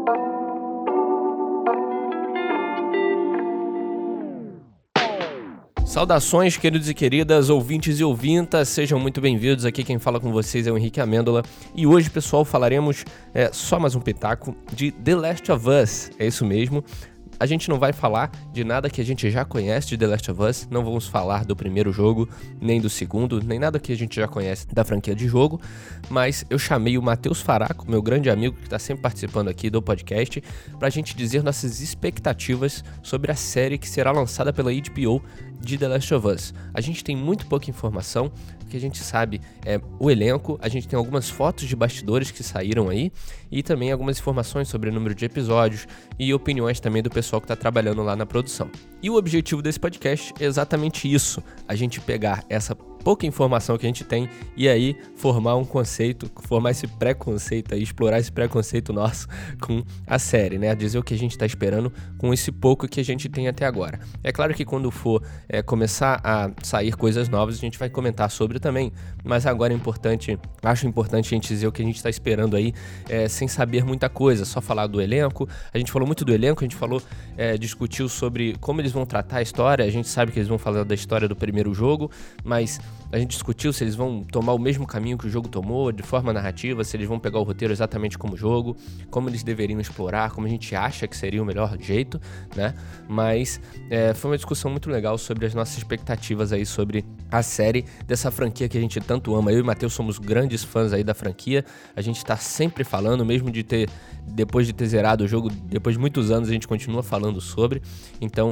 Saudações, queridos e queridas, ouvintes e ouvintas, sejam muito bem-vindos. Aqui quem fala com vocês é o Henrique Amêndola e hoje, pessoal, falaremos só mais um pitaco de The Last of Us, é isso mesmo. A gente não vai falar de nada que a gente já conhece de The Last of Us, não vamos falar do primeiro jogo, nem do segundo, nem nada que a gente já conhece da franquia de jogo, mas eu chamei o Matheus Faraco, meu grande amigo que está sempre participando aqui do podcast, pra gente dizer nossas expectativas sobre a série que será lançada pela HBO de The Last of Us. A gente tem muito pouca informação, o que a gente sabe é o elenco, a gente tem algumas fotos de bastidores que saíram aí e também algumas informações sobre o número de episódios e opiniões também do pessoal que está trabalhando lá na produção. E o objetivo desse podcast é exatamente isso, a gente pegar essa pouca informação que a gente tem e aí formar um conceito, formar esse preconceito aí, explorar esse preconceito nosso com a série, né? Dizer o que a gente tá esperando com esse pouco que a gente tem até agora. É claro que quando for começar a sair coisas novas, a gente vai comentar sobre também, mas agora acho importante a gente dizer o que a gente tá esperando aí, sem saber muita coisa, só falar do elenco. A gente falou muito do elenco, a gente falou, discutiu sobre como eles vão tratar a história, a gente sabe que eles vão falar da história do primeiro jogo, mas a gente discutiu se eles vão tomar o mesmo caminho que o jogo tomou, de forma narrativa, se eles vão pegar o roteiro exatamente como o jogo, como eles deveriam explorar, como a gente acha que seria o melhor jeito, né? Mas foi uma discussão muito legal sobre as nossas expectativas aí sobre a série dessa franquia que a gente tanto ama. Eu e o Matheus somos grandes fãs aí da franquia, a gente tá sempre falando, mesmo depois de ter zerado o jogo, depois de muitos anos a gente continua falando sobre. Então,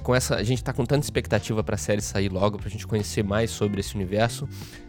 a gente tá com tanta expectativa pra série sair logo, pra gente conhecer mais sobre esse universo,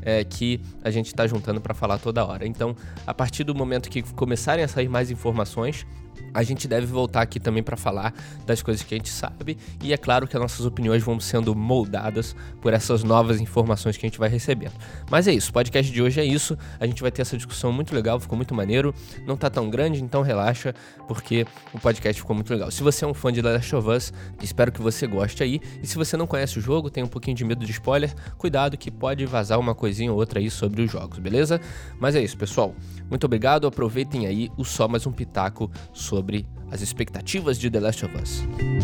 que a gente tá juntando pra falar toda hora. Então, a partir do momento que começarem a sair mais informações, a gente deve voltar aqui também para falar das coisas que a gente sabe e é claro que as nossas opiniões vão sendo moldadas por essas novas informações que a gente vai recebendo. Mas é isso, o podcast de hoje é isso, a gente vai ter essa discussão muito legal, ficou muito maneiro, não tá tão grande, então relaxa, porque o podcast ficou muito legal. Se você é um fã de The Last of Us, espero que você goste aí, e se você não conhece o jogo, tem um pouquinho de medo de spoiler, cuidado que pode vazar uma coisinha ou outra aí sobre os jogos, beleza? Mas é isso, pessoal, muito obrigado, aproveitem aí o Só Mais Um Pitaco sobre as expectativas de The Last of Us.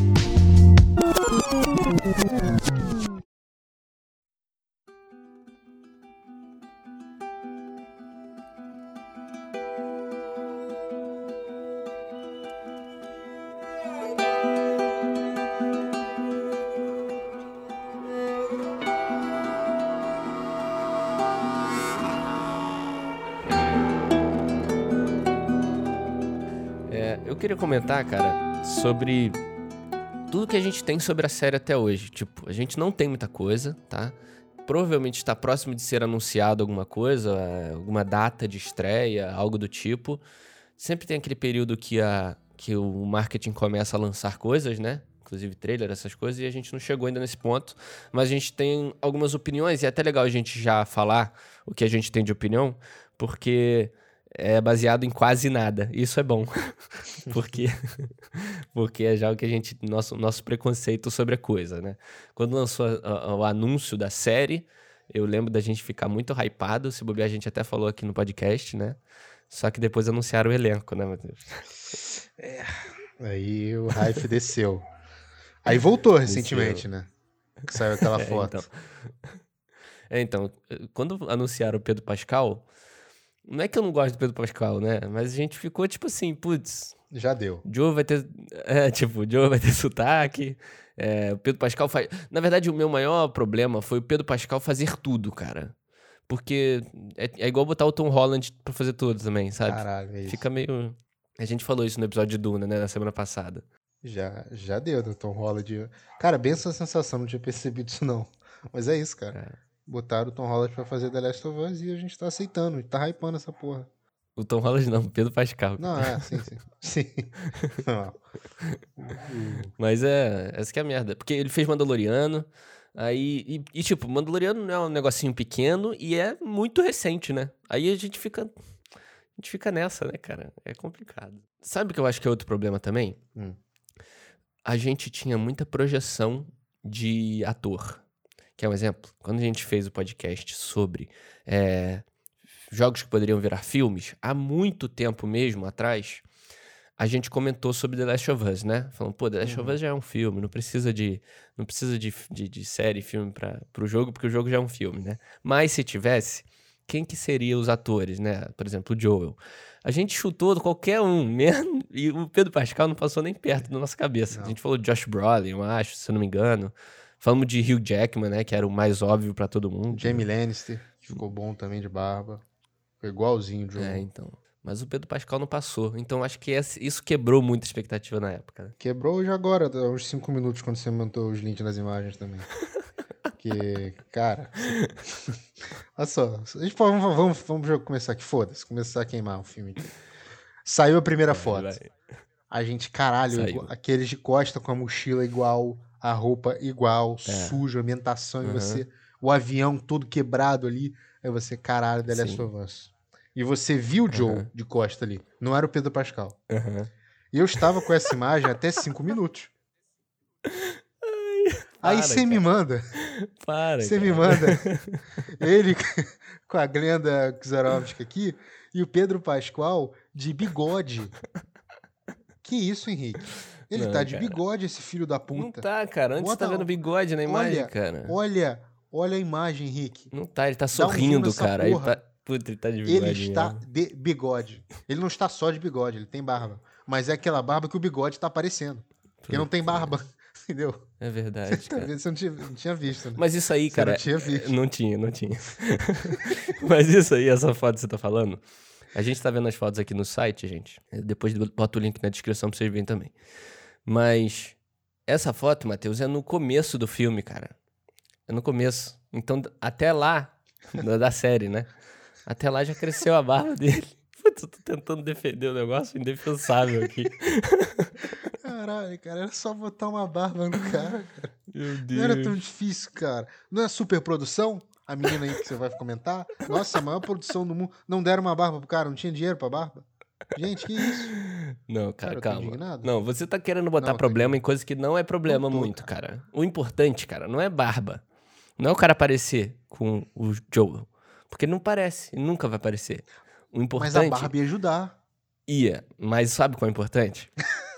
Eu queria comentar, cara, sobre tudo que a gente tem sobre a série até hoje. Tipo, a gente não tem muita coisa, tá? Provavelmente está próximo de ser anunciado alguma coisa, alguma data de estreia, algo do tipo. Sempre tem aquele período que o marketing começa a lançar coisas, né? Inclusive trailer, essas coisas, e a gente não chegou ainda nesse ponto. Mas a gente tem algumas opiniões, e é até legal a gente já falar o que a gente tem de opinião, porque é baseado em quase nada. Isso é bom, porque é já o que a gente... Nosso preconceito sobre a coisa, né? Quando lançou o anúncio da série, eu lembro da gente ficar muito hypado. Se bobear, a gente até falou aqui no podcast, né? Só que depois anunciaram o elenco, né, Matheus? Aí o hype desceu. Aí voltou recentemente, né? Que saiu aquela foto. Então, quando anunciaram o Pedro Pascal... Não é que eu não gosto do Pedro Pascal, né? Mas a gente ficou tipo assim, putz... Já deu. O Joe vai ter... o Joe vai ter sotaque. O Pedro Pascal faz... Na verdade, o meu maior problema foi o Pedro Pascal fazer tudo, cara. Porque é igual botar o Tom Holland pra fazer tudo também, sabe? Caralho, é isso. Fica meio... A gente falou isso no episódio de Duna, né? Na semana passada. Já deu do Tom Holland. Cara, bem essa sensação, não tinha percebido isso não. Mas é isso, cara. Botaram o Tom Holland pra fazer The Last of Us e a gente tá aceitando, tá hypando essa porra. O Tom Holland não, o Pedro Pascal. Não, sim. Sim. Mas essa que é a merda. Porque ele fez Mandaloriano, aí... E tipo, Mandaloriano não é um negocinho pequeno e é muito recente, né? Aí a gente fica nessa, né, cara? É complicado. Sabe o que eu acho que é outro problema também? A gente tinha muita projeção de ator. Quer um exemplo? Quando a gente fez o podcast sobre jogos que poderiam virar filmes, há muito tempo mesmo atrás, a gente comentou sobre The Last of Us, né? Falando, pô, The Last of Us já é um filme, não precisa de série, filme pro jogo, porque o jogo já é um filme, né? Mas se tivesse, quem que seriam os atores, né? Por exemplo, o Joel. A gente chutou qualquer um, mesmo, e o Pedro Pascal não passou nem perto da nossa cabeça. Não. A gente falou de Josh Brolin, eu acho, se eu não me engano. Falamos de Hugh Jackman, né? Que era o mais óbvio pra todo mundo. Jamie Lannister, que ficou bom também de barba. Foi igualzinho o Joel. Então. Mas o Pedro Pascal não passou. Então acho que isso quebrou muita expectativa na época. Né? Quebrou hoje agora, uns 5 minutos, quando você montou os links nas imagens também. Que, cara... Olha só, vamos começar aqui, foda-se, começar a queimar o filme aqui. Saiu a primeira foto. Vai. A gente, caralho, aqueles de costa com a mochila igual, a roupa igual, sujo, a ambientação, e você, o avião todo quebrado ali, aí você, caralho, The Last of Us. E você viu o Joe de costa ali, não era o Pedro Pascal. E eu estava com essa imagem até 5 minutos. Aí você me manda. Você me manda ele com a Glenda Ksarowski aqui e o Pedro Pascal de bigode. Que isso, Henrique? Ele tá de bigode, esse filho da puta. Não tá, cara. Antes você tá vendo bigode na imagem, cara. Olha a imagem, Henrique. Não tá, ele tá sorrindo, cara. Puta, ele tá de bigode. Ele está de bigode. Ele não está só de bigode, ele tem barba. Mas é aquela barba que o bigode tá aparecendo. Porque não tem barba. Entendeu? É verdade, cara. Você não tinha visto, né? Mas isso aí, cara... Não tinha visto. Não tinha. Mas isso aí, essa foto que você tá falando... A gente tá vendo as fotos aqui no site, gente. Depois boto o link na descrição pra vocês verem também. Mas essa foto, Matheus, é no começo do filme, cara. É no começo. Então, até lá, da série, né? Até lá já cresceu a barba dele. Putz, eu tô tentando defender o negócio indefensável aqui. Caralho, cara, era só botar uma barba no cara. Meu Deus. Não era tão difícil, cara. Não é super produção? A menina aí que você vai comentar? Nossa, a maior produção do mundo. Não deram uma barba pro cara, não tinha dinheiro pra barba? Gente, que isso? Não, cara, calma. Indignado. Não, você tá querendo botar problema em coisa que não é problema muito, cara. O importante, cara, não é barba. Não é o cara parecer com o Joel. Porque ele não parece, ele nunca vai parecer. O importante... Mas a barba ia ajudar. Ia, mas sabe qual é o importante?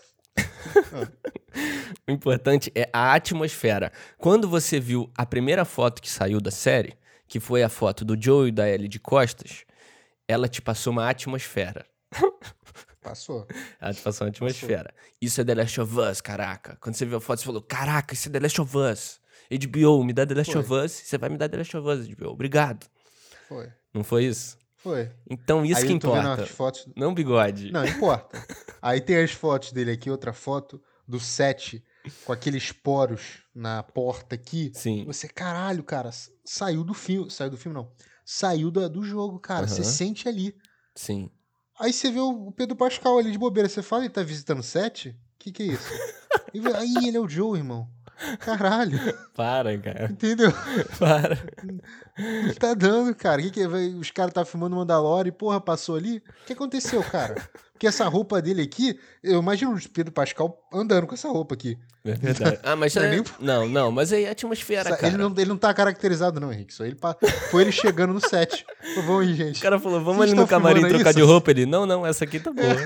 O importante é a atmosfera. Quando você viu a primeira foto que saiu da série, que foi a foto do Joe e da Ellie de costas, ela te passou uma atmosfera. Passou. Ela te passou uma atmosfera. Isso é The Last of Us, caraca. Quando você viu a foto, você falou, caraca, isso é The Last of Us. HBO, me dá The Last of Us. Você vai me dar The Last of Us, HBO. Obrigado. Foi. Não foi isso? Foi. Então isso aí que eu tô importa. vendo as fotos... Não bigode. Não, importa. Aí tem as fotos dele aqui, outra foto do set com aqueles poros na porta aqui. Sim. Você, caralho, cara, saiu do filme. Saiu do filme, não. Saiu do jogo, cara. Você sente ali. Sim. Aí você vê o Pedro Pascal ali de bobeira. Você fala, ele tá visitando o set? Que é isso? Aí ele é o Joe, irmão. Caralho. Para, cara. Entendeu? Para. Não tá dando, cara. Os caras tá filmando Mandalorian e, porra, passou ali? O que aconteceu, cara? Porque essa roupa dele aqui, eu imagino o Pedro Pascal andando com essa roupa aqui. É verdade. Ah, mas não, mas aí a atmosfera, cara. Ele não tá caracterizado, não, Henrique. Isso aí foi ele chegando no set. Vamos aí, gente. O cara falou, vamos ali no camarim trocar de roupa. Ele, não, essa aqui tá boa.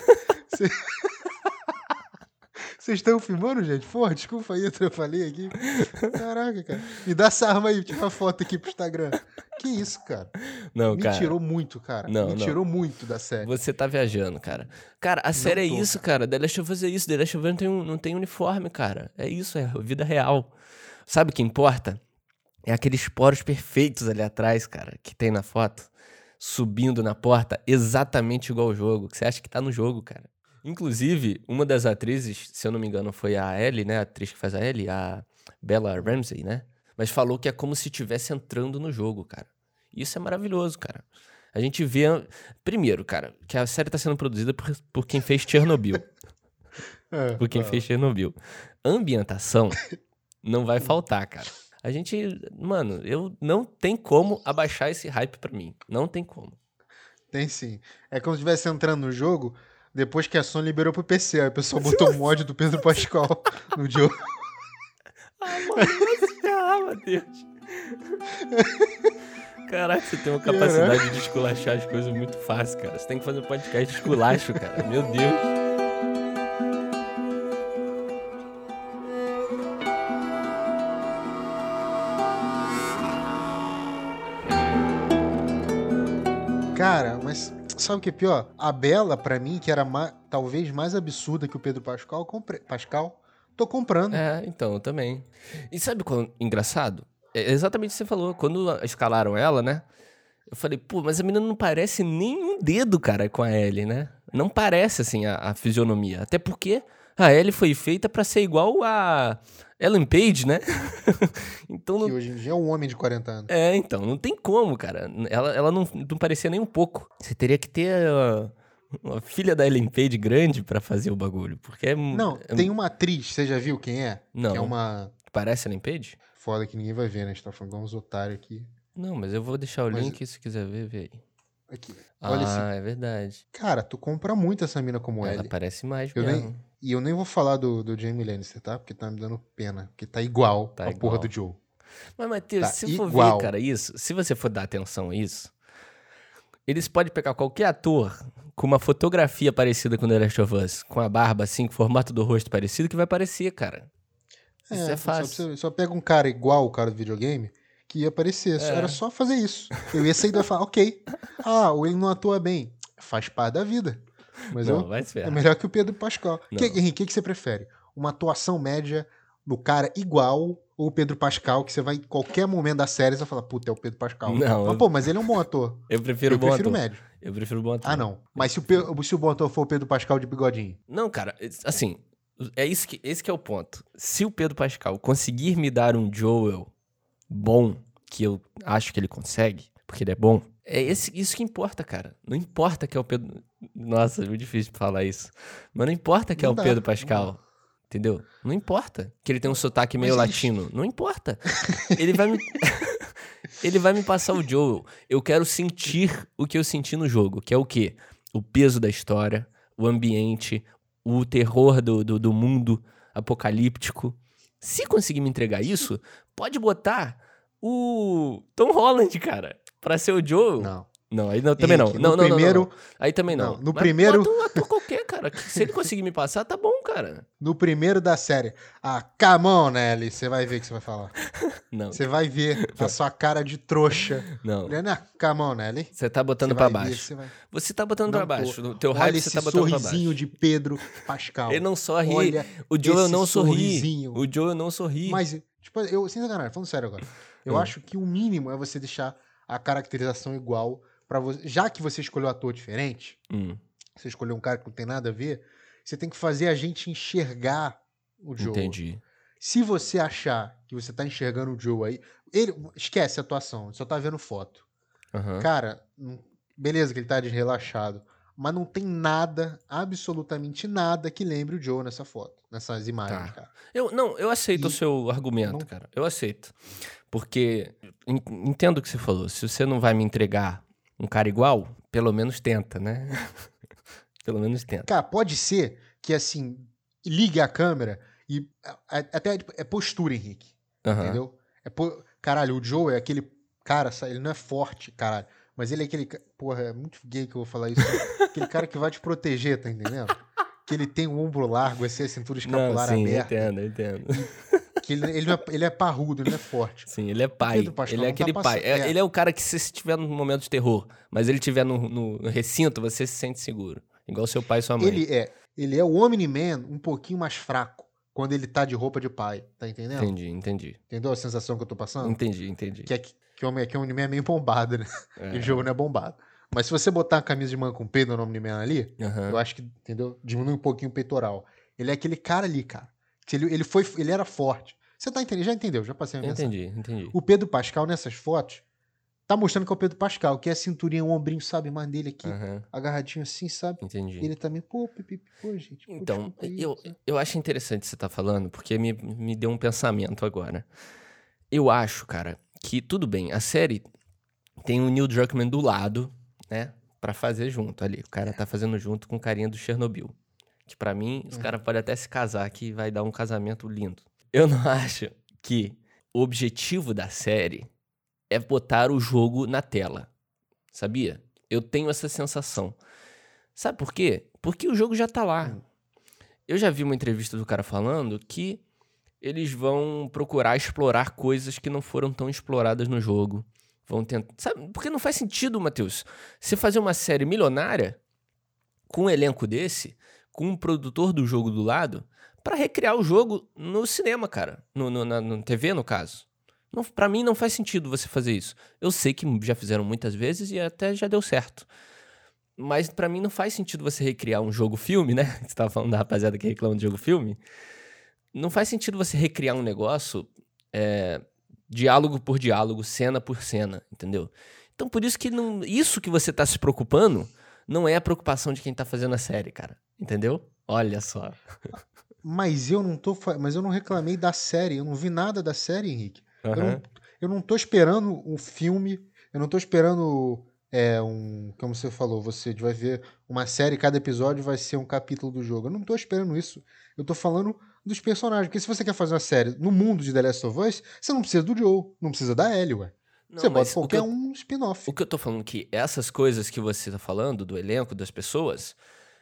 Vocês estão filmando, gente? Porra, desculpa aí, eu atrapalhei aqui. Caraca, cara. Me dá essa arma aí, tira a foto aqui pro Instagram. Que isso, cara? Não, Me tirou muito, cara. Me tirou muito da série. Você tá viajando, cara. Cara, a série é isso, cara. The Last of Us é isso. The Last of Us não tem uniforme, cara. É isso, é a vida real. Sabe o que importa? É aqueles poros perfeitos ali atrás, cara, que tem na foto. Subindo na porta, exatamente igual ao jogo. Que você acha que tá no jogo, cara. Inclusive, uma das atrizes, se eu não me engano, foi a Ellie, né? A atriz que faz a Ellie, a Bella Ramsey, né? Mas falou que é como se estivesse entrando no jogo, cara. Isso é maravilhoso, cara. A gente vê... Primeiro, cara, que a série tá sendo produzida por quem fez Chernobyl. Por quem fez Chernobyl. A ambientação não vai faltar, cara. A gente... Mano, não tem como abaixar esse hype pra mim. Não tem como. Tem sim. É como se estivesse entrando no jogo... Depois que a Sony liberou pro PC, aí o pessoal botou o mod do Pedro Pascal no jogo. Mano, vai se ferrar, Matheus. Caraca, você tem uma capacidade de esculachar as coisas muito fácil, cara. Você tem que fazer um podcast de esculacho, cara. Meu Deus. sabe o que é pior? A Bella, pra mim, que era talvez mais absurda que o Pedro Pascal, tô comprando. Então, eu também. E sabe qual é engraçado? É exatamente o que você falou. Quando escalaram ela, né? Eu falei, pô, mas a menina não parece nem um dedo, cara, com a Ellie, né? Não parece, assim, a fisionomia. Até porque a Ellie foi feita pra ser igual a Ellen Page, né? Então, que hoje em dia é um homem de 40 anos. Então, não tem como, cara. Ela não parecia nem um pouco. Você teria que ter uma filha da Ellen Page grande pra fazer o bagulho, porque Não, tem uma atriz, você já viu quem é? Não. Que é uma... Parece Ellen Page? Foda que ninguém vai ver, né? A gente tá falando igual uns otários aqui. Não, mas eu vou deixar o link, se quiser ver, vê aí. Aqui. Olha assim. É verdade. Cara, tu compra muito essa mina como Ellie. Ela parece mais mesmo. E eu nem vou falar do Jaime Lannister, tá? Porque tá me dando pena. Porque tá igual a porra do Joe. Mas, Matheus, se for ver, cara, isso... Se você for dar atenção a isso... Eles podem pegar qualquer ator com uma fotografia parecida com The Last of Us, com a barba assim, com o formato do rosto parecido, que vai parecer, cara. Isso é fácil. Só pega um cara igual o cara do videogame... que ia aparecer. Era só fazer isso. Eu ia sair e falar, ok. Ele não atua bem. Faz parte da vida. Mas é melhor que o Pedro Pascal. Henrique, o que você prefere? Uma atuação média do cara igual ou o Pedro Pascal, que você vai em qualquer momento da série e vai falar, puta, é o Pedro Pascal. Não. Mas ele é um bom ator. Eu prefiro o bom ator. Médio. Eu prefiro o bom ator. Não. Mas se o bom ator for o Pedro Pascal de bigodinho? Não, cara, assim, esse que é o ponto. Se o Pedro Pascal conseguir me dar um Joel bom, que eu acho que ele consegue, porque ele é bom, isso que importa, cara. Não importa que é o Pedro... Nossa, é muito difícil de falar isso. Mas não importa que é o Pedro Pascal, entendeu? Não importa que ele tem um sotaque meio latino. Não importa. Ele vai me passar o Joel. Eu quero sentir o que eu senti no jogo, que é o quê? O peso da história, o ambiente, o terror do mundo apocalíptico. Se conseguir me entregar isso, pode botar o Tom Holland, cara, pra ser o Joel. Não, aí também não. Não. Aí também não. No primeiro... Bota um ator qualquer, cara. Se ele conseguir me passar, tá bom, cara. No primeiro da série. Come on, Nelly. Você vai ver o que você vai falar. Não. Você vai ver a sua cara de trouxa. Não. Come on, Nelly. Você tá botando pra baixo. Você tá botando pra baixo. No teu hype você tá botando pra baixo. Olha esse sorrisinho de Pedro Pascal. Ele não sorri. O Joel não sorri. O Joel não sorri. Mas, tipo, sem sacanagem, falando sério agora. Eu acho que o mínimo é você deixar a caracterização igual pra você. Já que você escolheu um ator diferente, você escolheu um cara que não tem nada a ver, você tem que fazer a gente enxergar o Joel. Entendi. Se você achar que você tá enxergando o Joel aí, esquece a atuação, só tá vendo foto. Cara, beleza que ele tá relaxado, mas não tem nada, absolutamente nada que lembre o Joel nessa foto, nessas imagens, cara. Eu aceito o seu argumento, cara. Eu aceito. Porque, entendo o que você falou, se você não vai me entregar um cara igual, pelo menos tenta, né? Pelo menos tenta. Cara, pode ser que, assim, ligue a câmera e até é postura, Henrique. Entendeu? Caralho, o Joe é aquele cara, ele não é forte, caralho, mas ele é aquele... Porra, é muito gay que eu vou falar isso. Aquele cara que vai te proteger, tá entendendo? Que ele tem o ombro largo, assim, a cintura escapular aberta. Entendo. Que ele é parrudo, ele não é forte. Sim, ele é pai. Ele é aquele pai. Ele é o cara que, se estiver num momento de terror, mas ele estiver no recinto, você se sente seguro. Igual seu pai e sua mãe. Ele é o Omni-Man um pouquinho mais fraco quando ele tá de roupa de pai. Tá entendendo? Entendi. Entendeu a sensação que eu tô passando? Entendi. Que o Omni-Man é meio bombado, né? E o jogo não é bombado. Mas se você botar a camisa de manga com peito no Omni-Man ali, eu acho que, entendeu? Diminui um pouquinho o peitoral. Ele é aquele cara ali, cara. Ele era forte. Você tá entendendo? Já entendeu? Já passei a mensagem. Entendi. O Pedro Pascal, nessas fotos, tá mostrando que é o Pedro Pascal, que é a cinturinha, o ombrinho, sabe, mais dele aqui, agarradinho assim, sabe? Entendi. Ele também, pô, gente. Então, eu acho interessante você tá falando, porque me deu um pensamento agora. Eu acho, cara, que tudo bem, a série tem o Neil Druckmann do lado, né, pra fazer junto ali. O cara tá fazendo junto com o carinha do Chernobyl. Que pra mim, os caras podem até se casar, que vai dar um casamento lindo. Eu não acho que o objetivo da série é botar o jogo na tela, sabia? Eu tenho essa sensação. Sabe por quê? Porque o jogo já tá lá. Eu já vi uma entrevista do cara falando que eles vão procurar explorar coisas que não foram tão exploradas no jogo. Vão tentar... Sabe? Porque não faz sentido, Matheus, você fazer uma série milionária com um elenco desse, com um produtor do jogo do lado, pra recriar o jogo no cinema, cara. Na TV, no caso. Não, pra mim não faz sentido você fazer isso. Eu sei que já fizeram muitas vezes e até já deu certo. Mas pra mim não faz sentido você recriar um jogo-filme, né? Você tava falando da rapaziada que reclama de jogo-filme. Não faz sentido você recriar um negócio diálogo por diálogo, cena por cena, entendeu? Então por isso que isso que você tá se preocupando não é a preocupação de quem tá fazendo a série, cara. Entendeu? Olha só. Mas eu não reclamei da série, eu não vi nada da série, Henrique. Uhum. Eu não tô esperando um filme, eu não tô esperando como você falou, você vai ver uma série, cada episódio vai ser um capítulo do jogo. Eu não tô esperando isso. Eu tô falando dos personagens. Porque se você quer fazer uma série no mundo de The Last of Us, você não precisa do Joe, não precisa da Ellie, ué. Não, você bota qualquer um spin-off. O que eu tô falando que essas coisas que você tá falando, do elenco, das pessoas,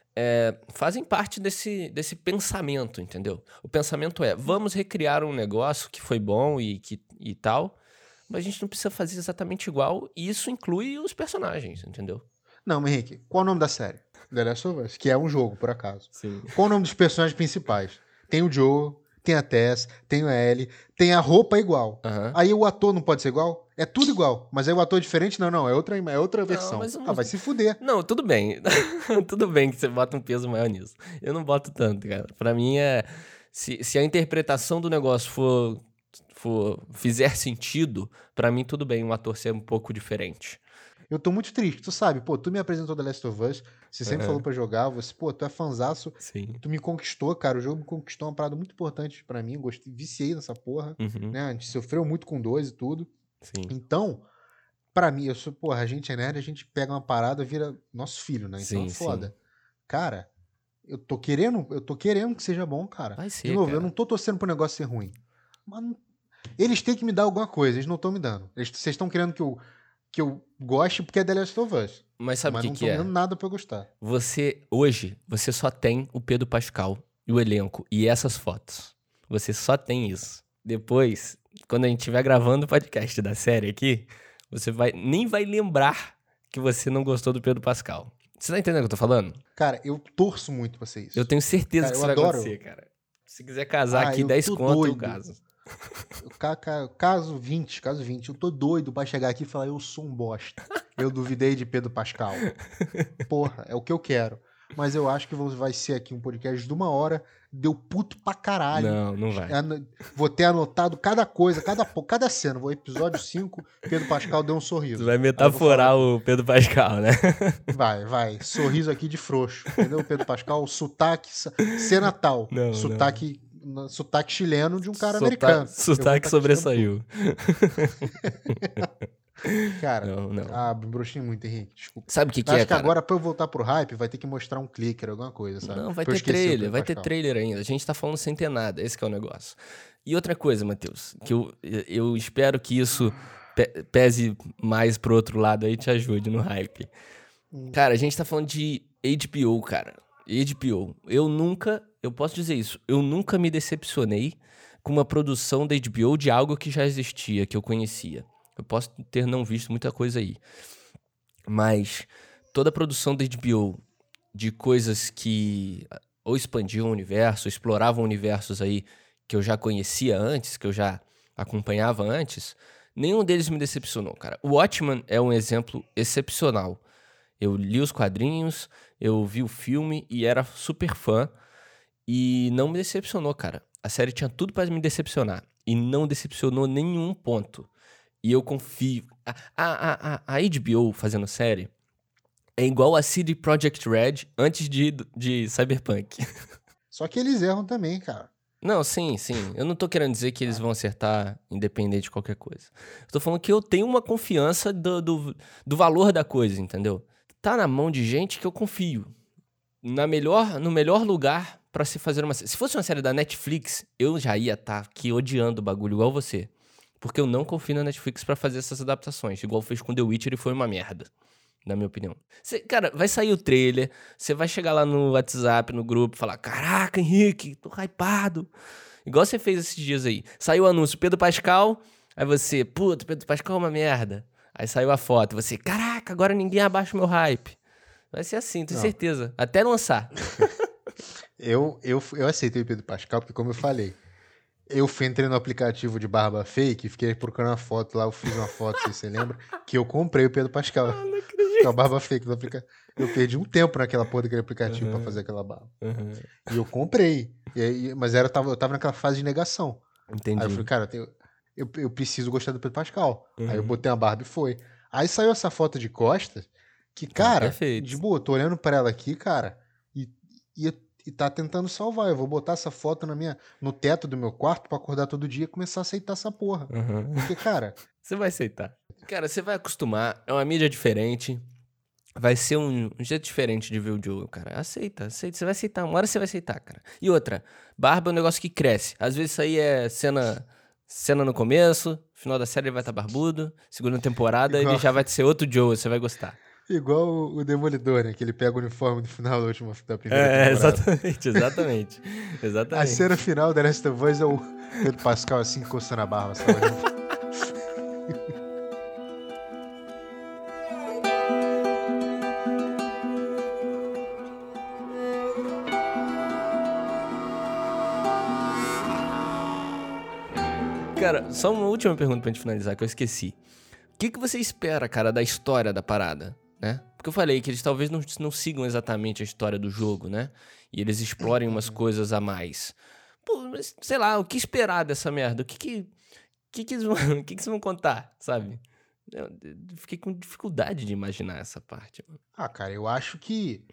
fazem parte desse pensamento, entendeu? O pensamento vamos recriar um negócio que foi bom e tal, mas a gente não precisa fazer exatamente igual, e isso inclui os personagens, entendeu? Não, Henrique, qual o nome da série? The Last of Us, que é um jogo, por acaso. Sim. Qual o nome dos personagens principais? Tem o Joe, tem a Tess, tem a Ellie, tem a roupa igual. Uhum. Aí o ator não pode ser igual? É tudo igual, mas aí o ator é diferente? Não, é outra versão. Não, vai se fuder. Não, tudo bem. Tudo bem que você bota um peso maior nisso. Eu não boto tanto, cara. Pra mim se a interpretação do negócio fizer sentido, pra mim tudo bem um ator ser um pouco diferente. Eu tô muito triste, tu sabe, tu me apresentou The Last of Us, você sempre falou pra jogar, tu é fanzaço, Sim. Tu me conquistou, cara, o jogo me conquistou, uma parada muito importante pra mim, viciei nessa porra, né, a gente sofreu muito com 2 e tudo. Sim. Então, pra mim, a gente é nerd, a gente pega uma parada, vira nosso filho, né, então é foda. Sim. Cara, eu tô querendo que seja bom, cara. Vai ser, de novo, cara. Eu não tô torcendo pro negócio ser ruim, mas eles têm que me dar alguma coisa, eles não estão me dando. Vocês estão querendo que eu goste porque é The Last of Us. Mas sabe o que é? Mas não tô vendo nada pra eu gostar. Hoje, você só tem o Pedro Pascal e o elenco e essas fotos. Você só tem isso. Depois, quando a gente estiver gravando o podcast da série aqui, você nem vai lembrar que você não gostou do Pedro Pascal. Você tá entendendo o que eu tô falando? Cara, eu torço muito pra ser isso. Eu tenho certeza que isso vai acontecer, cara. Se quiser casar aqui, 10 conto, eu caso. Caso 20, eu tô doido pra chegar aqui e falar, eu sou um bosta. Eu duvidei de Pedro Pascal. Porra, é o que eu quero. Mas eu acho que vai ser aqui um podcast de 1 hora, deu puto pra caralho. Não vai. Vou ter anotado cada coisa, cada cena. Episódio 5, Pedro Pascal deu um sorriso. Tu vai metaforar o Pedro Pascal, né? Vai. Sorriso aqui de frouxo, entendeu? Pedro Pascal, sotaque, cena tal. Sotaque chileno de um cara americano. Sotaque sobressaiu. Cara, me broxei muito, Henrique, desculpa. Sabe o que é, cara? Acho que cara? Agora, pra eu voltar pro hype, vai ter que mostrar um clicker, alguma coisa, sabe? Não, vai ter trailer ainda. A gente tá falando sem ter nada, esse que é o negócio. E outra coisa, Matheus, que eu espero que isso pese mais pro outro lado aí e te ajude no hype. Cara, a gente tá falando de HBO, cara. HBO. Eu posso dizer isso, eu nunca me decepcionei com uma produção da HBO de algo que já existia, que eu conhecia. Eu posso ter não visto muita coisa aí. Mas toda a produção da HBO de coisas que ou expandiam o universo, exploravam universos aí que eu já conhecia antes, que eu já acompanhava antes, nenhum deles me decepcionou, cara. O Watchmen é um exemplo excepcional. Eu li os quadrinhos, eu vi o filme e era super fã e não me decepcionou, cara. A série tinha tudo pra me decepcionar e não decepcionou nenhum ponto. E eu confio. A HBO fazendo série é igual a CD Projekt Red antes de Cyberpunk. Só que eles erram também, cara. Não, sim. Eu não tô querendo dizer que eles vão acertar independente de qualquer coisa. Eu tô falando que eu tenho uma confiança do valor da coisa, entendeu? Tá na mão de gente que eu confio. No melhor lugar pra se fazer uma série. Se fosse uma série da Netflix, eu já ia estar aqui odiando o bagulho igual você. Porque eu não confio na Netflix pra fazer essas adaptações. Igual fez com The Witcher e foi uma merda. Na minha opinião. Cara, vai sair o trailer. Você vai chegar lá no WhatsApp, no grupo, e falar: caraca, Henrique, tô hypado. Igual você fez esses dias aí. Saiu o anúncio, Pedro Pascal. Aí você, puta, Pedro Pascal é uma merda. Aí saiu a foto, você, caraca, agora ninguém abaixa o meu hype. Vai ser assim, tenho certeza. Até lançar. Eu aceitei o Pedro Pascal, porque como eu falei, entrei no aplicativo de barba fake, fiquei procurando uma foto lá, eu fiz uma foto, não sei se você lembra, que eu comprei o Pedro Pascal. Ah, não acredito. Com a barba fake do aplicativo. Eu perdi um tempo naquela porra daquele aplicativo pra fazer aquela barba. E eu comprei. Mas eu tava naquela fase de negação. Entendi. Aí eu falei, cara, eu preciso gostar do Pedro Pascal. Aí eu botei uma barba e foi. Aí saiu essa foto de costas, que, cara, de boa, tô olhando pra ela aqui, cara, e tá tentando salvar. Eu vou botar essa foto no teto do meu quarto pra acordar todo dia e começar a aceitar essa porra. Porque, cara... Você vai aceitar. Cara, você vai acostumar, é uma mídia diferente, vai ser um jeito diferente de ver o jogo, cara. Aceita, você vai aceitar, uma hora você vai aceitar, cara. E outra, barba é um negócio que cresce. Às vezes isso aí é cena no começo, final da série ele vai estar barbudo, segunda temporada ele já vai ser outro Joe, você vai gostar. Igual o Demolidor, né? Que ele pega o uniforme no final da primeira temporada. Exatamente. A cena final da Last of Us é o Pedro Pascal assim, coçando a barba, sabe? Cara, só uma última pergunta pra gente finalizar, que eu esqueci. O que você espera, cara, da história da parada, né? Porque eu falei que eles talvez não sigam exatamente a história do jogo, né? E eles explorem umas coisas a mais. Pô, mas, sei lá, o que esperar dessa merda? O que eles vão contar, sabe? Eu fiquei com dificuldade de imaginar essa parte. Ah, cara, eu acho que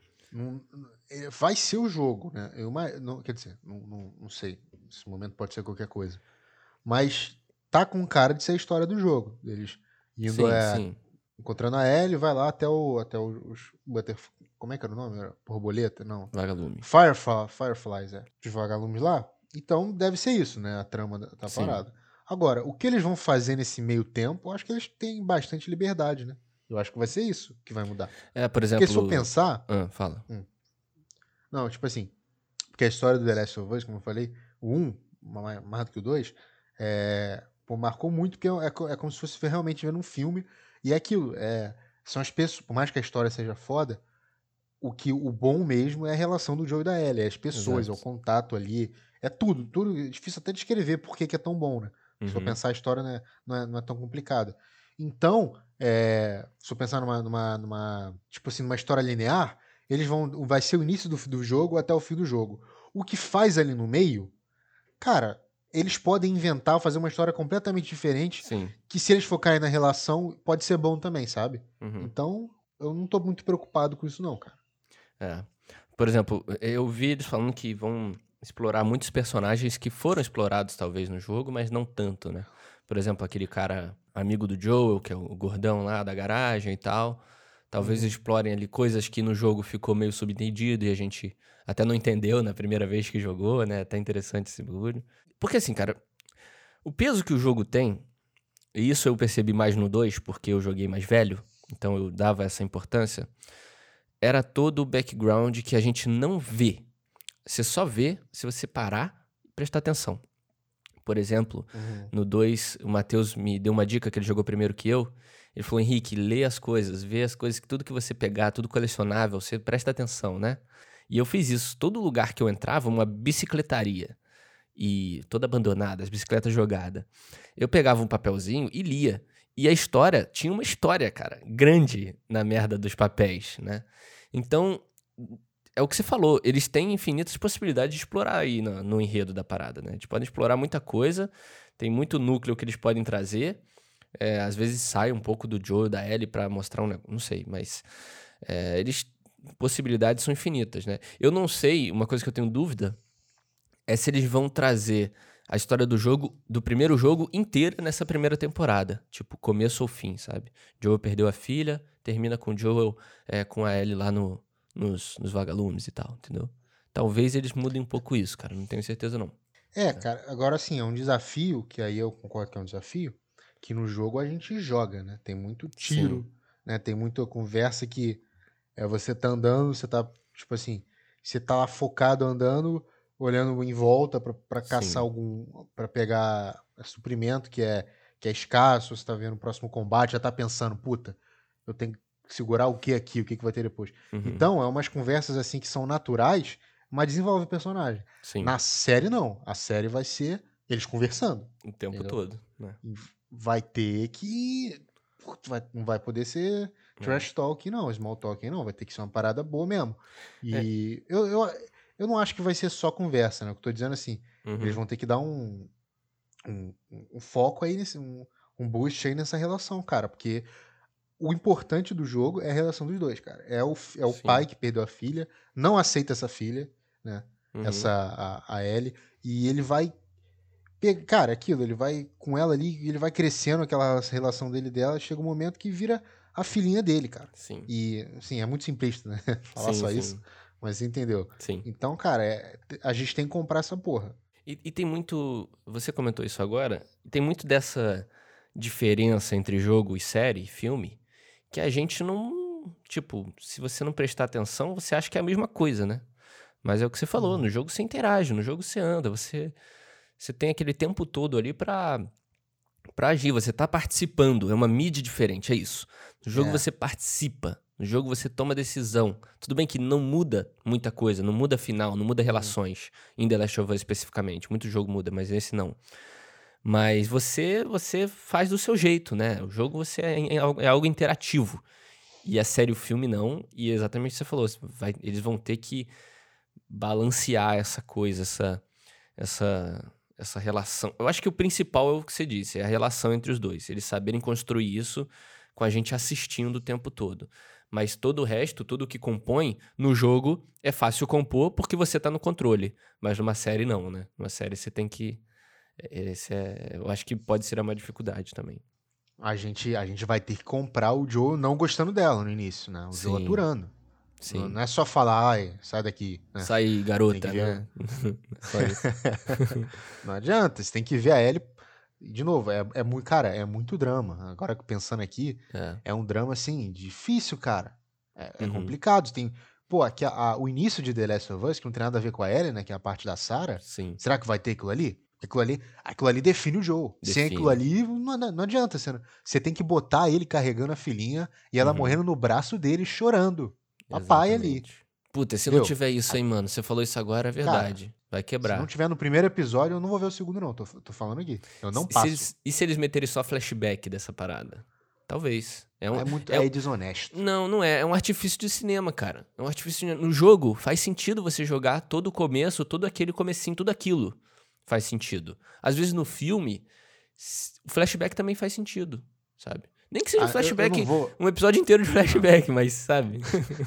vai ser o jogo, né? Quer dizer, não sei. Nesse momento pode ser qualquer coisa. Mas tá com cara de ser a história do jogo. Eles indo sim. encontrando a Ellie, vai lá até os como é que era o nome? Era borboleta? Não. Vagalume. Fireflies, os vagalumes lá. Então deve ser isso, né? A trama da parada. Agora, o que eles vão fazer nesse meio tempo, eu acho que eles têm bastante liberdade, né? Eu acho que vai ser isso que vai mudar. Por exemplo... Porque se eu pensar... fala. Não, tipo assim, porque a história do The Last of Us, como eu falei, o 1, mais do que o 2, marcou muito, porque é como se fosse realmente vendo um filme, e é aquilo, são as pessoas, por mais que a história seja foda, o bom mesmo é a relação do Joe e da Ellie, é as pessoas, Exato. é o contato ali, é tudo, é difícil até descrever por que é tão bom, né? Se eu pensar a história não é tão complicada. Então, se eu pensar tipo assim, numa história linear, vai ser o início do jogo até o fim do jogo. O que faz ali no meio, cara, eles podem inventar ou fazer uma história completamente diferente, que se eles focarem na relação, pode ser bom também, sabe? Então, eu não tô muito preocupado com isso não, cara. Por exemplo, eu vi eles falando que vão explorar muitos personagens que foram explorados talvez no jogo, mas não tanto, né? Por exemplo, aquele cara amigo do Joel, que é o gordão lá da garagem e tal. Talvez explorem ali coisas que no jogo ficou meio subentendido e a gente até não entendeu na primeira vez que jogou, né? Até interessante esse bagulho. Porque assim, cara, o peso que o jogo tem, e isso eu percebi mais no 2, porque eu joguei mais velho, então eu dava essa importância, era todo o background que a gente não vê. Você só vê se você parar e prestar atenção. Por exemplo, no 2, o Matheus me deu uma dica que ele jogou primeiro que eu. Ele falou, Henrique, lê as coisas, vê as coisas, tudo que você pegar, tudo colecionável, você presta atenção, né? E eu fiz isso. Todo lugar que eu entrava, uma bicicletaria. E toda abandonada, as bicicletas jogadas. Eu pegava um papelzinho e lia. E a história, tinha uma história, cara, grande na merda dos papéis, né? Então, é o que você falou, eles têm infinitas possibilidades de explorar aí no enredo da parada, né? Eles podem explorar muita coisa, tem muito núcleo que eles podem trazer. Às vezes sai um pouco do Joe, da Ellie pra mostrar um negócio, não sei, mas possibilidades são infinitas, né? Eu não sei, uma coisa que eu tenho dúvida é se eles vão trazer a história do jogo, do primeiro jogo inteira nessa primeira temporada. Tipo, começo ao fim, sabe? Joel perdeu a filha, termina com o Joel com a Ellie lá nos vagalumes e tal, entendeu? Talvez eles mudem um pouco isso, cara. Não tenho certeza, não. Cara, agora sim, é um desafio, que aí eu concordo que é um desafio, que no jogo a gente joga, né? Tem muito tiro, né? Tem muita conversa que você tá andando, você tá, tipo assim, você tá lá focado andando, olhando em volta pra caçar pra pegar suprimento, que que é escasso, você tá vendo o próximo combate, já tá pensando, puta, eu tenho que segurar o que aqui, o que vai ter depois. Então, é umas conversas assim que são naturais, mas desenvolve o personagem. Sim. Na série, não. A série vai ser eles conversando. O tempo todo, né? Vai ter que... Não vai poder ser trash talk, não. Small talk, não. Vai ter que ser uma parada boa mesmo. E eu não acho que vai ser só conversa, né? Eu tô dizendo assim, eles vão ter que dar um foco aí, um boost aí nessa relação, cara. Porque o importante do jogo é a relação dos dois, cara. É o pai que perdeu a filha, não aceita essa filha, né? A Ellie. E ele vai... Cara, aquilo, ele vai com ela ali, ele vai crescendo aquela relação dele e dela, chega um momento que vira a filhinha dele, cara. Sim. E, assim, é muito simplista, né? Falar só isso, mas você entendeu? Sim. Então, cara, a gente tem que comprar essa porra. E tem muito... Você comentou isso agora, tem muito dessa diferença entre jogo e série, filme, que a gente não... Tipo, se você não prestar atenção, você acha que é a mesma coisa, né? Mas é o que você falou, no jogo você interage, no jogo você anda, você tem aquele tempo todo ali pra agir, você tá participando, é uma mídia diferente, é isso. No jogo você participa, no jogo você toma decisão. Tudo bem que não muda muita coisa, não muda final, não muda relações, em The Last of Us especificamente. Muito jogo muda, mas esse não. Mas você faz do seu jeito, né? O jogo você é algo interativo. E a série, o filme não, e exatamente o que você falou, eles vão ter que balancear essa coisa, essa relação. Eu acho que o principal é o que você disse, é a relação entre os dois. Eles saberem construir isso com a gente assistindo o tempo todo. Mas todo o resto, tudo que compõe, no jogo é fácil compor porque você tá no controle. Mas numa série não, né? Numa série você tem que... eu acho que pode ser uma dificuldade também. A gente vai ter que comprar o Joe não gostando dela no início, né? O Joe aturando. Sim. Não é só falar, ai, sai daqui. Né? Sai, garota, né? Só isso. Não adianta, você tem que ver a Ellie. De novo, é muito, cara, é muito drama. Agora pensando aqui, é um drama assim, difícil, cara. É complicado. Tem, pô, aqui o início de The Last of Us, que não tem nada a ver com a Ellie, né? Que é a parte da Sarah. Sim. Será que vai ter aquilo ali? Aquilo ali define o Joe. Sem aquilo ali, não adianta. Você tem que botar ele carregando a filhinha e ela morrendo no braço dele, chorando. Papai ali. Puta, se não tiver isso aí, mano, você falou isso agora, é verdade. Cara, vai quebrar. Se não tiver no primeiro episódio, eu não vou ver o segundo, não. Tô falando aqui. Eu não passo. E se eles meterem só flashback dessa parada? Talvez. É desonesto. Não é. É um artifício de cinema, cara. É um artifício no jogo. Faz sentido você jogar todo o começo, todo aquele comecinho, tudo aquilo. Faz sentido. Às vezes no filme, o flashback também faz sentido, sabe? Nem que seja um flashback, um episódio inteiro de flashback, mas sabe?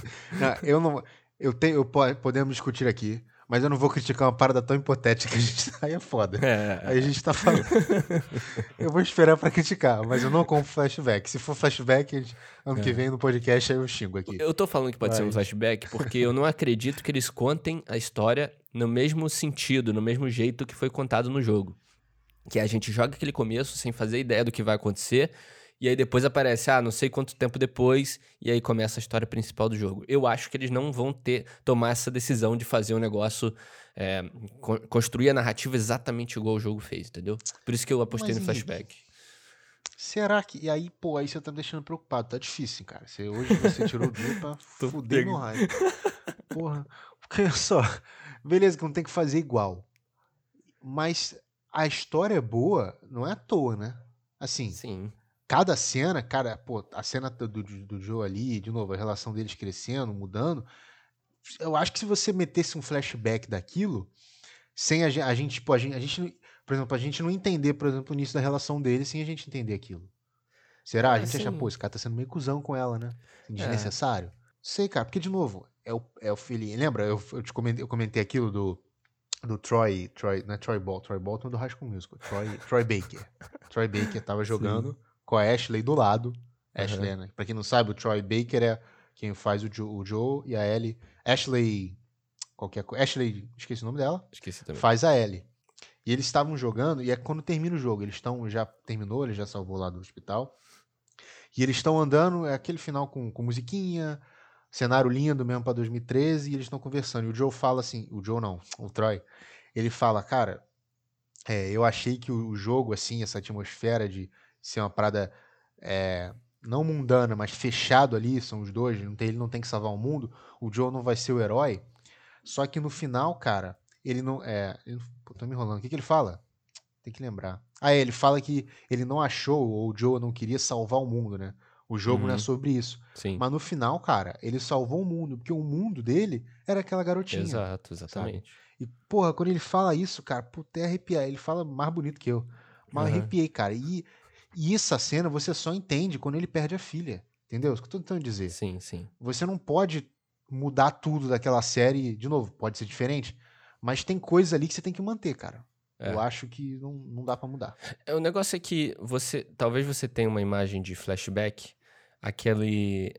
Podemos discutir aqui, mas eu não vou criticar uma parada tão hipotética que a gente aí é foda. Aí a gente tá falando. Eu vou esperar pra criticar, mas eu não compro flashback. Se for flashback, ano que vem no podcast aí eu xingo aqui. Eu tô falando que pode ser um flashback porque eu não acredito que eles contem a história no mesmo sentido, no mesmo jeito que foi contado no jogo. Que a gente joga aquele começo sem fazer ideia do que vai acontecer, e aí depois aparece, não sei quanto tempo depois, e aí começa a história principal do jogo. Eu acho que eles não vão tomar essa decisão de fazer um negócio, construir a narrativa exatamente igual o jogo fez, entendeu? Por isso que eu apostei no flashback. Será que... E aí, pô, aí você tá me deixando preocupado. Tá difícil, cara. Hoje você tirou o dia pra fuder no raio. Porra, porque só... Beleza que não tem que fazer igual. Mas a história é boa, não é à toa, né? Assim... Sim. Cada cena, cara, pô, a cena do Joe ali, de novo, a relação deles crescendo, mudando. Eu acho que se você metesse um flashback daquilo, sem a gente, por exemplo, a gente não entender, por exemplo, o início da relação deles sem a gente entender aquilo. Será? A gente acha, pô, esse cara tá sendo meio cuzão com ela, né? Desnecessário. Não sei, cara, porque, de novo, é o filhinho. Lembra? Eu comentei aquilo do Troy, não é Troy Bolton é do High School Musical. Troy Baker. Troy Baker tava jogando com a Ashley do lado. Ashley, né? Pra quem não sabe, o Troy Baker é quem faz o Joe e a Ellie. Ashley, Ashley, esqueci o nome dela. Esqueci também. Faz a Ellie. E eles estavam jogando, e é quando termina o jogo. Ele já salvou lá do hospital. E eles estão andando, é aquele final com musiquinha, cenário lindo mesmo pra 2013, e eles estão conversando. E o Joe fala assim, o Joe não, o Troy, ele fala, cara, Eu achei que o jogo, assim, essa atmosfera de ser uma parada não mundana, mas fechado ali, são os dois, ele não tem que salvar o mundo, o Joe não vai ser o herói. Só que no final, cara, ele não. Pô, tô me enrolando. O que ele fala? Tem que lembrar. Ele fala que ele não achou, ou o Joe não queria salvar o mundo, né? O jogo não é sobre isso. Sim. Mas no final, cara, ele salvou o mundo, porque o mundo dele era aquela garotinha. Exato, exatamente. Sabe? E, porra, quando ele fala isso, cara, até arrepiar. Ele fala mais bonito que eu. Mas eu arrepiei, cara. E essa cena você só entende quando ele perde a filha. Entendeu? Isso que eu tô tentando dizer. Sim, sim. Você não pode mudar tudo daquela série. De novo, pode ser diferente. Mas tem coisas ali que você tem que manter, cara. Eu acho que não dá pra mudar. O negócio é que talvez você tenha uma imagem de flashback, aquele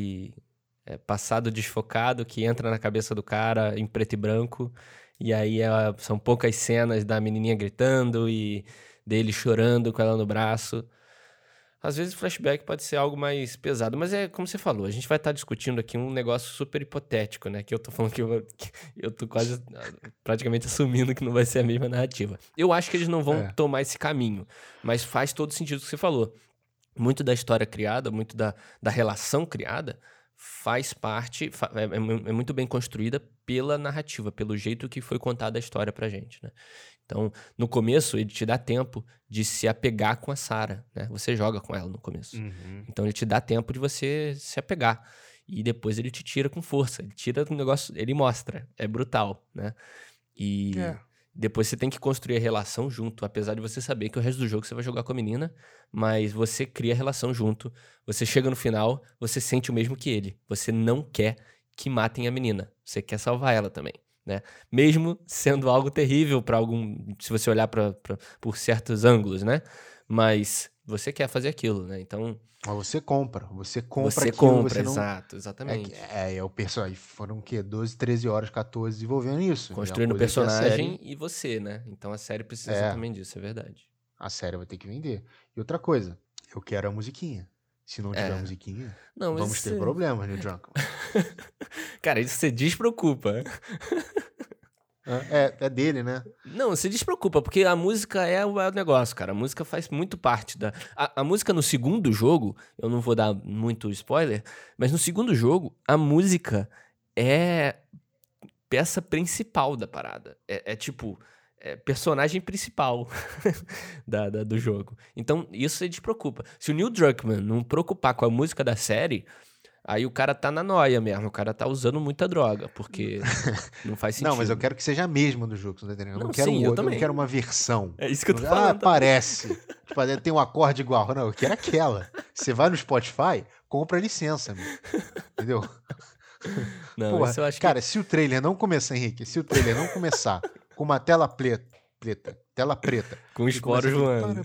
passado desfocado que entra na cabeça do cara em preto e branco, e aí são poucas cenas da menininha gritando e dele chorando com ela no braço. Às vezes o flashback pode ser algo mais pesado, mas é como você falou, a gente vai estar discutindo aqui um negócio super hipotético, né? Que eu tô falando que eu tô quase praticamente assumindo que não vai ser a mesma narrativa. Eu acho que eles não vão tomar esse caminho, mas faz todo sentido o que você falou. Muito da história criada, muito da relação criada, faz parte, é muito bem construída pela narrativa, pelo jeito que foi contada a história pra gente, né? Então, no começo, ele te dá tempo de se apegar com a Sarah, né? Você joga com ela no começo. Uhum. Então, ele te dá tempo de você se apegar. E depois ele te tira com força. Ele tira do negócio, ele mostra. É brutal, né? E depois você tem que construir a relação junto, apesar de você saber que o resto do jogo você vai jogar com a menina, mas você cria a relação junto. Você chega no final, você sente o mesmo que ele. Você não quer que matem a menina. Você quer salvar ela também. Né? Mesmo sendo algo terrível para se você olhar por certos ângulos, né? Mas você quer fazer aquilo, né? Então, mas você compra aquilo, você não... exatamente. O personagem foram o quê? 12, 13 horas, 14 desenvolvendo isso. Construindo o personagem e você, né? Então a série precisa também disso, é verdade. A série vai ter que vender. E outra coisa, eu quero a musiquinha. Se não tiver musiquinha, vamos ter problemas, Neil Druckmann. Cara, isso você despreocupa. É dele, né? Não, você despreocupa, porque a música é o negócio, cara. A música faz muito parte da... A música no segundo jogo, eu não vou dar muito spoiler, mas no segundo jogo, a música é peça principal da parada. É personagem principal do jogo. Então, isso você despreocupa. Se o Neil Druckmann não preocupar com a música da série, aí o cara tá na noia mesmo. O cara tá usando muita droga, porque não faz sentido. Não, mas eu quero que seja a mesma do jogo, você tá entendendo? Eu não quero eu também. Eu não quero uma versão. É isso que eu tô falando. Parece. Tipo, tem um acorde igual. Não, eu quero aquela. Você vai no Spotify, compra a licença, meu. Entendeu? Não, porra, isso eu acho cara, se o trailer não começar, Henrique, com uma tela preta, com os poros voando.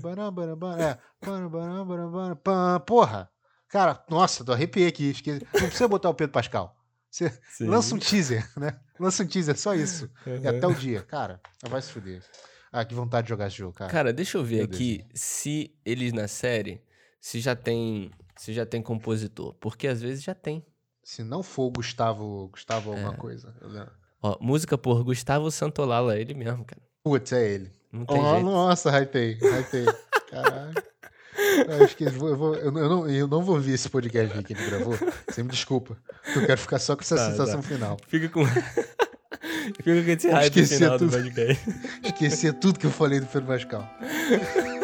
Porra, cara, nossa, tô arrepiei aqui. Não precisa botar o Pedro Pascal. Você lança um teaser, né? Lança um teaser, só isso. E até o dia. Cara, vai se fuder. Que vontade de jogar esse jogo, cara. Cara, deixa eu ver aqui se eles na série, se já tem compositor. Porque às vezes já tem. Se não for Gustavo alguma coisa. Ó, música por Gustavo Santolala, ele mesmo, cara. Putz, é ele. Não tem jeito. Nossa, hypei. Caralho. Eu acho que eu não vou ver esse podcast que ele gravou. Você me desculpa. Eu quero ficar só com essa sensação final. Fica com esse hype final do podcast. Esquecer tudo que eu falei do Pedro Pascal.